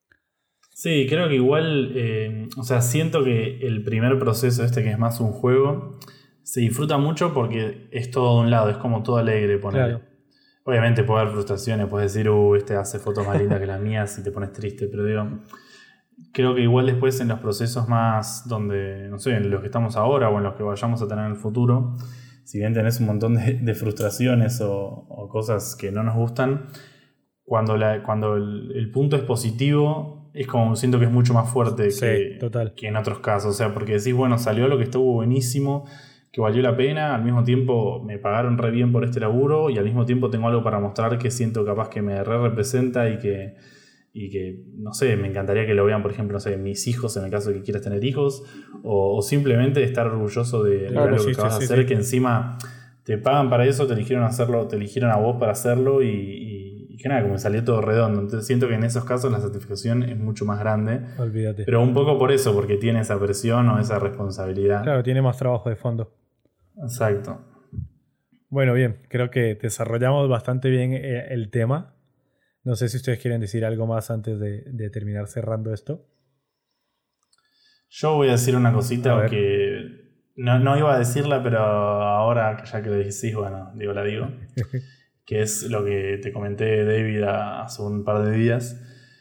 Sí, creo que igual, eh, o sea, siento que el primer proceso este que es más un juego, se disfruta mucho porque es todo de un lado, es como todo alegre ponerle. Claro. Obviamente puede haber frustraciones, puedes decir, uh, este hace fotos más lindas que las mías y te pones triste, pero digo, creo que igual después en los procesos más donde, no sé, en los que estamos ahora o en los que vayamos a tener en el futuro, si bien tenés un montón de, de frustraciones o, o cosas que no nos gustan, cuando, la, cuando el, el punto es positivo, es como siento que es mucho más fuerte sí, que, total. que en otros casos. O sea, porque decís, bueno, salió lo que estuvo buenísimo, que valió la pena, al mismo tiempo me pagaron re bien por este laburo y al mismo tiempo tengo algo para mostrar que siento capaz que me re representa y que, y que, no sé, me encantaría que lo vean, por ejemplo, no sé, mis hijos en el caso de que quieras tener hijos, o, o simplemente estar orgulloso de, claro, de algo sí, que sí, vas sí, a hacer, sí. que encima te pagan para eso, te eligieron hacerlo, te eligieron a vos para hacerlo y, y, y que nada, como salió todo redondo. Entonces siento que en esos casos la satisfacción es mucho más grande. Olvídate. Pero un poco por eso, porque tiene esa presión o esa responsabilidad. Claro, tiene más trabajo de fondo. Exacto. Bueno, bien, creo que desarrollamos bastante bien el tema. No sé si ustedes quieren decir algo más antes de, de terminar cerrando esto. Yo voy a decir una cosita que no, no iba a decirla, pero ahora ya que lo decís, bueno, digo, la digo. Que es lo que te comenté, David, hace un par de días.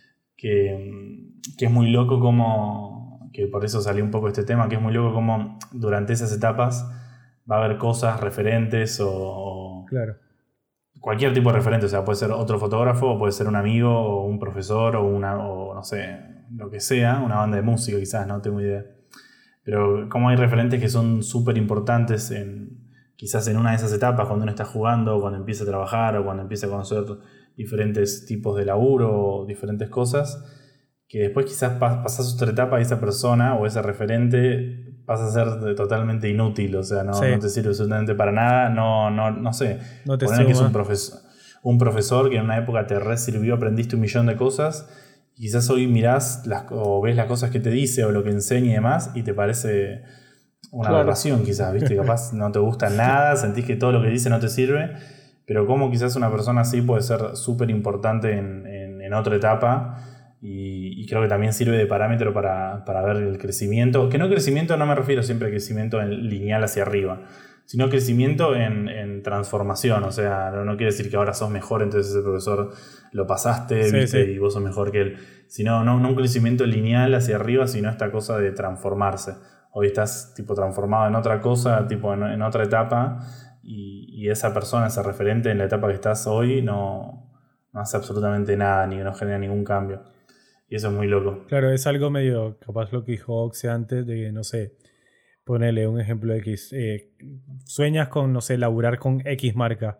Que, que es muy loco como, que por eso salió un poco este tema, que es muy loco como durante esas etapas va a haber cosas referentes o claro. cualquier tipo de referente, o sea, puede ser otro fotógrafo, o puede ser un amigo, o un profesor, o una, o no sé, lo que sea, una banda de música quizás, no tengo idea. Pero como hay referentes que son súper importantes en, quizás en una de esas etapas, cuando uno está jugando, o cuando empieza a trabajar, o cuando empieza a conocer diferentes tipos de laburo, o diferentes cosas, que después quizás pasas otra etapa y esa persona, o ese referente pasa a ser totalmente inútil, o sea, no, sí. no te sirve absolutamente para nada, no, no, no sé. No te Poner que es un profesor, un profesor que en una época te re sirvió, aprendiste un millón de cosas, y quizás hoy mirás las, o ves las cosas que te dice o lo que enseña y demás, y te parece una claro. aberración quizás, ¿viste? Capaz no te gusta nada, sentís que todo lo que dice no te sirve, pero como quizás una persona así puede ser súper importante en, en, en otra etapa. Y, y creo que también sirve de parámetro para, para ver el crecimiento. Que no crecimiento, no me refiero siempre a crecimiento en lineal hacia arriba, sino crecimiento en, en transformación. O sea, no, no quiere decir que ahora sos mejor, entonces ese profesor lo pasaste, sí, ¿viste? Sí. Y vos sos mejor que él. Sino no, no un crecimiento lineal hacia arriba, sino esta cosa de transformarse. Hoy estás tipo transformado en otra cosa, tipo en, en otra etapa, y, y esa persona, ese referente en la etapa que estás hoy, no, no hace absolutamente nada, ni no genera ningún cambio. Y eso es muy loco. Claro, es algo medio, capaz lo que dijo Oxe antes, de que, no sé, ponele un ejemplo de X. Eh, sueñas con, no sé, laburar con X marca.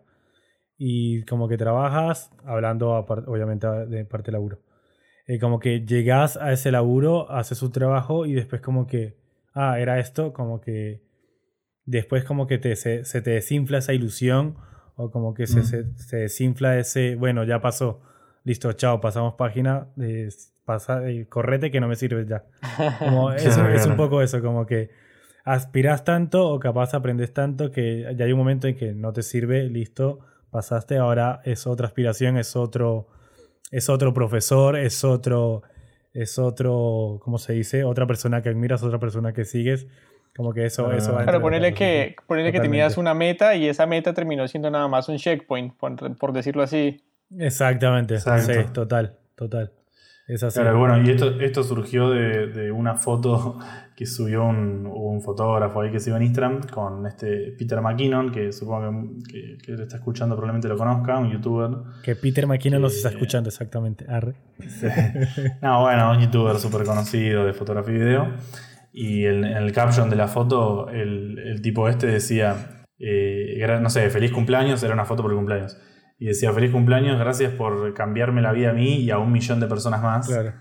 Y como que trabajas, hablando apart, obviamente de parte de laburo. Eh, como que llegas a ese laburo, haces un trabajo y después como que, ah, era esto, como que después como que te, se, se te desinfla esa ilusión o como que mm. se, se, se desinfla ese, bueno, ya pasó, listo, chao, pasamos página, eh, pasa, eh, correte que no me sirve ya. Como es, es un poco eso, como que aspiras tanto o capaz aprendes tanto que ya hay un momento en que no te sirve, listo, pasaste, ahora es otra aspiración, es otro, es otro profesor, es otro, es otro, ¿cómo se dice? Otra persona que admiras, otra persona que sigues. Como que eso, eso va. Claro, ponerle que, ponerle que tenías una meta y esa meta terminó siendo nada más un checkpoint, por, por decirlo así. Exactamente, Exacto. sí, total. total. Es así. Claro, bueno, y esto, esto surgió de, de una foto que subió un, un fotógrafo ahí que se iba en Instagram con este Peter McKinnon, que supongo que, que, que lo está escuchando, probablemente lo conozca, un youtuber. Que Peter McKinnon que, nos está escuchando, exactamente. Arre. Sí. No, bueno, un youtuber súper conocido de fotografía y video. Y el, en el caption de la foto, el, el tipo este decía, eh, no sé, feliz cumpleaños, era una foto por el cumpleaños. Y decía, feliz cumpleaños, gracias por cambiarme la vida a mí y a un millón de personas más. Claro.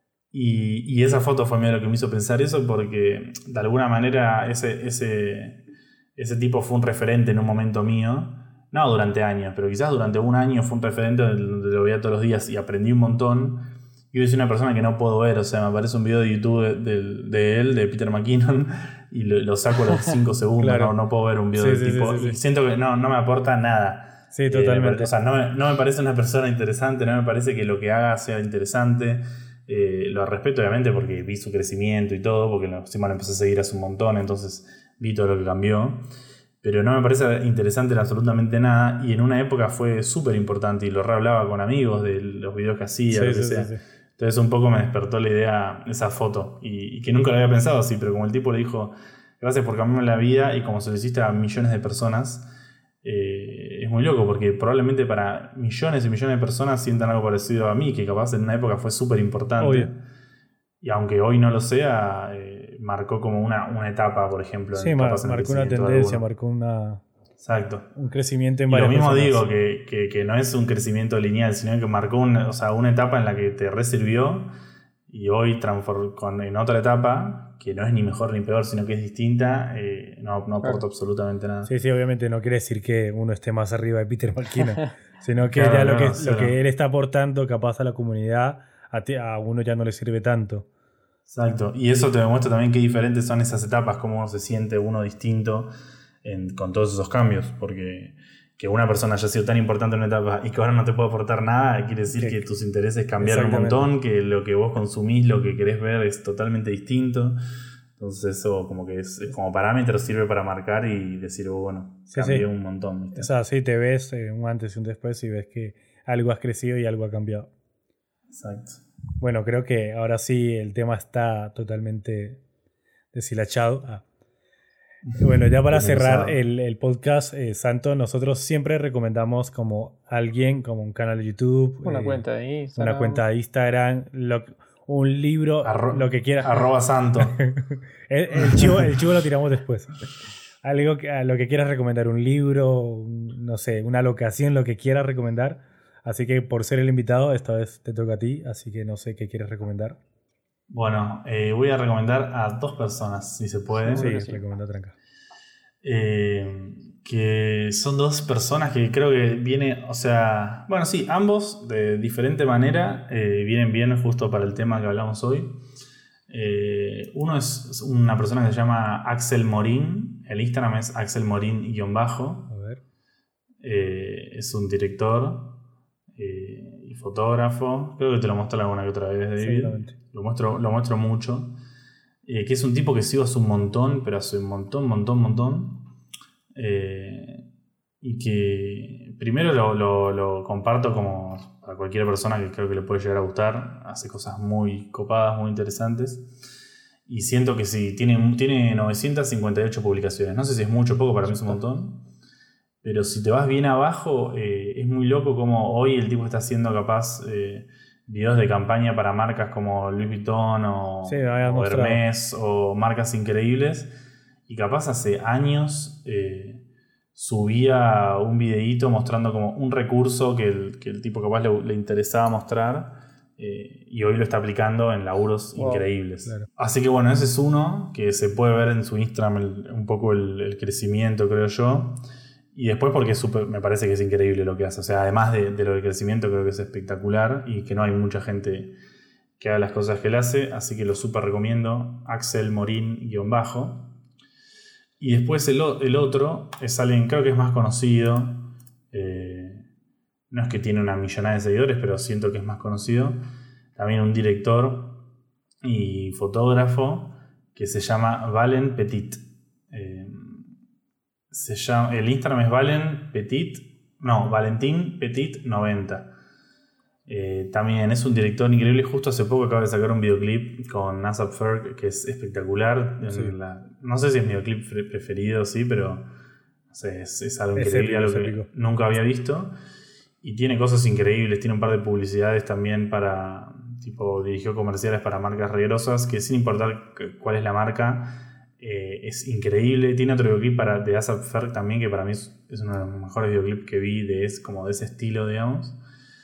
Y, y esa foto fue medio lo que me hizo pensar eso, porque de alguna manera ese, ese, ese tipo fue un referente en un momento mío. No durante años, pero quizás durante un año fue un referente donde lo veía todos los días y aprendí un montón. Y hoy soy una persona que no puedo ver, o sea, me aparece un video de YouTube de, de, de él, de Peter McKinnon, y lo, lo saco a los cinco segundos, Claro. no, no puedo ver un video Sí, del sí, tipo. sí, sí, Y sí. siento que no, no me aporta nada. Sí, totalmente. Eh, o sea, no me, no me parece una persona interesante, no me parece que lo que haga sea interesante. Eh, lo respeto obviamente porque vi su crecimiento y todo, porque encima lo empecé a seguir hace un montón, entonces vi todo lo que cambió. Pero no me parece interesante en absolutamente nada, y en una época fue súper importante y lo re hablaba con amigos de los videos que hacía, Sí, lo que sí, sea. sí, sí. Entonces un poco me despertó la idea, esa foto, y, y que nunca lo había pensado así, pero como el tipo le dijo, gracias por cambiarme la vida, y como se lo hiciste a millones de personas, eh, es muy loco, porque probablemente para millones y millones de personas sientan algo parecido a mí, que capaz en una época fue súper importante. Obvio. Y aunque hoy no lo sea, eh, marcó como una, una etapa, por ejemplo. Sí, en, mar- capaz en el marcó una crecimiento de tendencia, alguno. marcó una, Exacto. un crecimiento en Y lo varias mismo personas. digo, que, que, que no es un crecimiento lineal, sino que marcó una, o sea, una etapa en la que te resirvió, y hoy transfor- con, en otra etapa, que no es ni mejor ni peor, sino que es distinta, eh, no, no aporta Claro. absolutamente nada. Sí, sí, obviamente no quiere decir que uno esté más arriba de Peter McKinnon, sino que Claro, ya lo, claro, que, cero. lo que él está aportando capaz a la comunidad, a, ti- a uno ya no le sirve tanto. Exacto. Y eso te demuestra también qué diferentes son esas etapas, cómo se siente uno distinto en- con todos esos cambios. Porque que una persona haya sido tan importante en una etapa y que ahora no te puede aportar nada, quiere decir Que- que tus intereses cambiaron un Exactamente. montón, que lo que vos consumís, lo que querés ver es totalmente distinto. Entonces eso como que es, es como parámetro, sirve para marcar y decir, oh, bueno, Sí, cambié sí. un montón. ¿viste? O sea, sí, te ves eh, un antes y un después y ves que algo has crecido y algo ha cambiado. Exacto. Bueno, creo que ahora sí el tema está totalmente deshilachado. Ah. Bueno, ya para cerrar el, el podcast, eh, Santo, nosotros siempre recomendamos como alguien, como un canal de YouTube, Una eh, cuenta de Instagram. una cuenta de Instagram, lo- un libro, Arro- lo que quieras. Arroba santo. el, el chivo, el chivo lo tiramos después. Algo que, a lo que quieras recomendar, un libro, un- no sé, una locación, lo que quieras recomendar. Así que por ser el invitado, esta vez te toca a ti, así que no sé qué quieres recomendar. Bueno, eh, voy a recomendar a dos personas, si se puede. Sí, que sí. recomiendo tranca. Eh, que son dos personas que creo que viene, o sea, bueno, sí, ambos de diferente manera eh, vienen bien justo para el tema que hablamos hoy. Eh, uno es una persona que se llama Axel Morín, el Instagram es Axel Morín-bajo. A ver. Eh, es un director eh, y fotógrafo. Creo que te lo mostré alguna que otra vez, David. Seguramente. Lo muestro, lo muestro mucho. Eh, que es un tipo que sigo hace un montón, pero hace un montón, montón, montón. Eh, y que primero lo, lo, lo comparto como para cualquier persona que creo que le puede llegar a gustar. Hace cosas muy copadas, muy interesantes. Y siento que sí, tiene, tiene novecientas cincuenta y ocho publicaciones. No sé si es mucho o poco, para mí es un montón. Pero si te vas bien abajo, eh, es muy loco como hoy el tipo está haciendo capaz eh, videos de campaña para marcas como Louis Vuitton o, Sí, me habías o mostrado. Hermès o marcas increíbles. Y capaz hace años eh, subía un videíto mostrando como un recurso que el, que el tipo capaz le, le interesaba mostrar. Eh, y hoy lo está aplicando en laburos Wow, increíbles. claro. Así que bueno, ese es uno que se puede ver en su Instagram el- un poco el, el crecimiento, creo yo. Y después porque es súper- me parece que es increíble lo que hace. O sea, además de, de lo del crecimiento, creo que es espectacular y que no hay mucha gente que haga las cosas que él hace. Así que lo súper recomiendo. Axel Morín-bajo. Y después el, o- el otro es alguien, creo que es más conocido. Eh, no es que tiene una millonada de seguidores, pero siento que es más conocido. También un director y fotógrafo que se llama Valen Petit. Eh, se llama, el Instagram es Valen Petit, no, Valentín Petit noventa. Eh, también es un director increíble. Justo hace poco acaba de sacar un videoclip con ASAP Ferg que es espectacular. Sí. La, no sé si es mi videoclip preferido, sí, pero no sé, es, es algo es increíble, épico, algo que épico. Nunca había visto. Y tiene cosas increíbles. Tiene un par de publicidades también para... Tipo, dirigió comerciales para marcas regrosas, que sin importar cuál es la marca, eh, es increíble. Tiene otro videoclip para, de ASAP Ferg también, que para mí es, es uno de los mejores videoclips que vi de, es, como de ese estilo, digamos.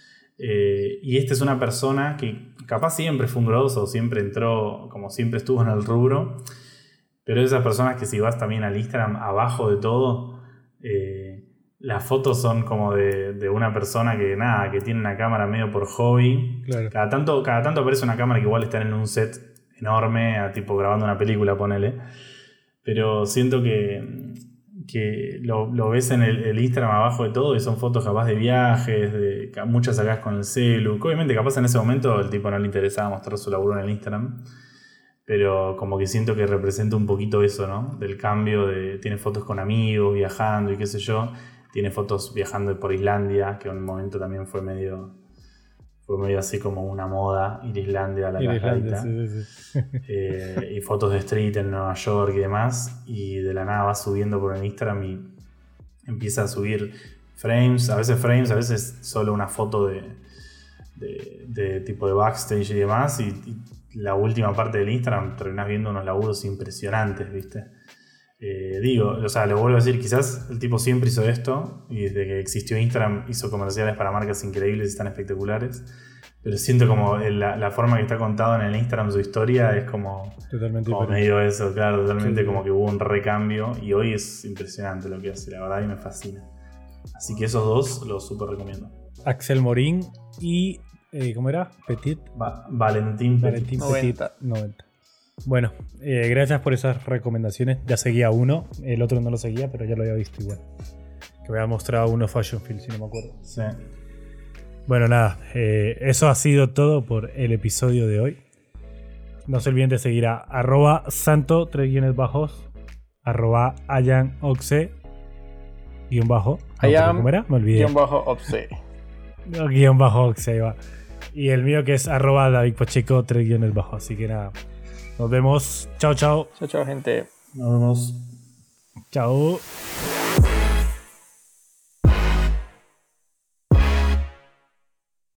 Eh, y esta es una persona que capaz siempre fue un grosso, siempre entró, como siempre estuvo en el rubro, pero esas personas que si vas también al Instagram, abajo de todo, eh, las fotos son como de, de una persona que nada, que tiene una cámara medio por hobby. Claro. Cada tanto, cada tanto aparece una cámara que igual está en un set enorme, a, tipo grabando una película, ponele. Pero siento que que lo, lo ves en el, el Instagram abajo de todo y son fotos capaz de viajes, de, muchas sacadas con el celu, que obviamente capaz en ese momento el tipo no le interesaba mostrar su laburo en el Instagram, pero como que siento que representa un poquito eso, ¿no? Del cambio, de tiene fotos con amigos, viajando y qué sé yo, tiene fotos viajando por Islandia, que en un momento también fue medio... Fue medio así como una moda, ir a Islandia a la cascadita. Sí, sí, sí. eh, y fotos de street en Nueva York y demás. Y de la nada va subiendo por el Instagram y empieza a subir frames. A veces frames, a veces solo una foto de, de, de tipo de backstage y demás. Y, y la última parte del Instagram terminás viendo unos laburos impresionantes, ¿viste? Eh, digo, o sea, le vuelvo a decir, quizás el tipo siempre hizo esto y desde que existió Instagram hizo comerciales para marcas increíbles y tan espectaculares, pero siento como la, la forma que está contado en el Instagram su historia es como, totalmente como medio eso, claro, totalmente sí, como que hubo un recambio y hoy es impresionante lo que hace, la verdad, y me fascina. Así que esos dos los súper recomiendo. Axel Morín y eh, ¿cómo era? Petit Va- Valentín, Valentín Petit. Petit noventa. Bueno, eh, gracias por esas recomendaciones. Ya seguía uno, el otro no lo seguía, pero ya lo había visto igual. Que me había mostrado uno Fashion Field, si no me acuerdo. Sí. Bueno, nada, eh, eso ha sido todo por el episodio de hoy. No se olviden de seguir a arroba santo, tres guiones bajos, arroba ayanoxe, guión bajo. Ayam, ¿Cómo era? Me olvidé. Guión bajo oxe. No, guión bajo oxe, ahí va. Y el mío que es arroba David Pacheco, tres guiones bajos. Así que nada. Nos vemos. Chao, chao. Chao, chao, gente. Nos vemos. Chao.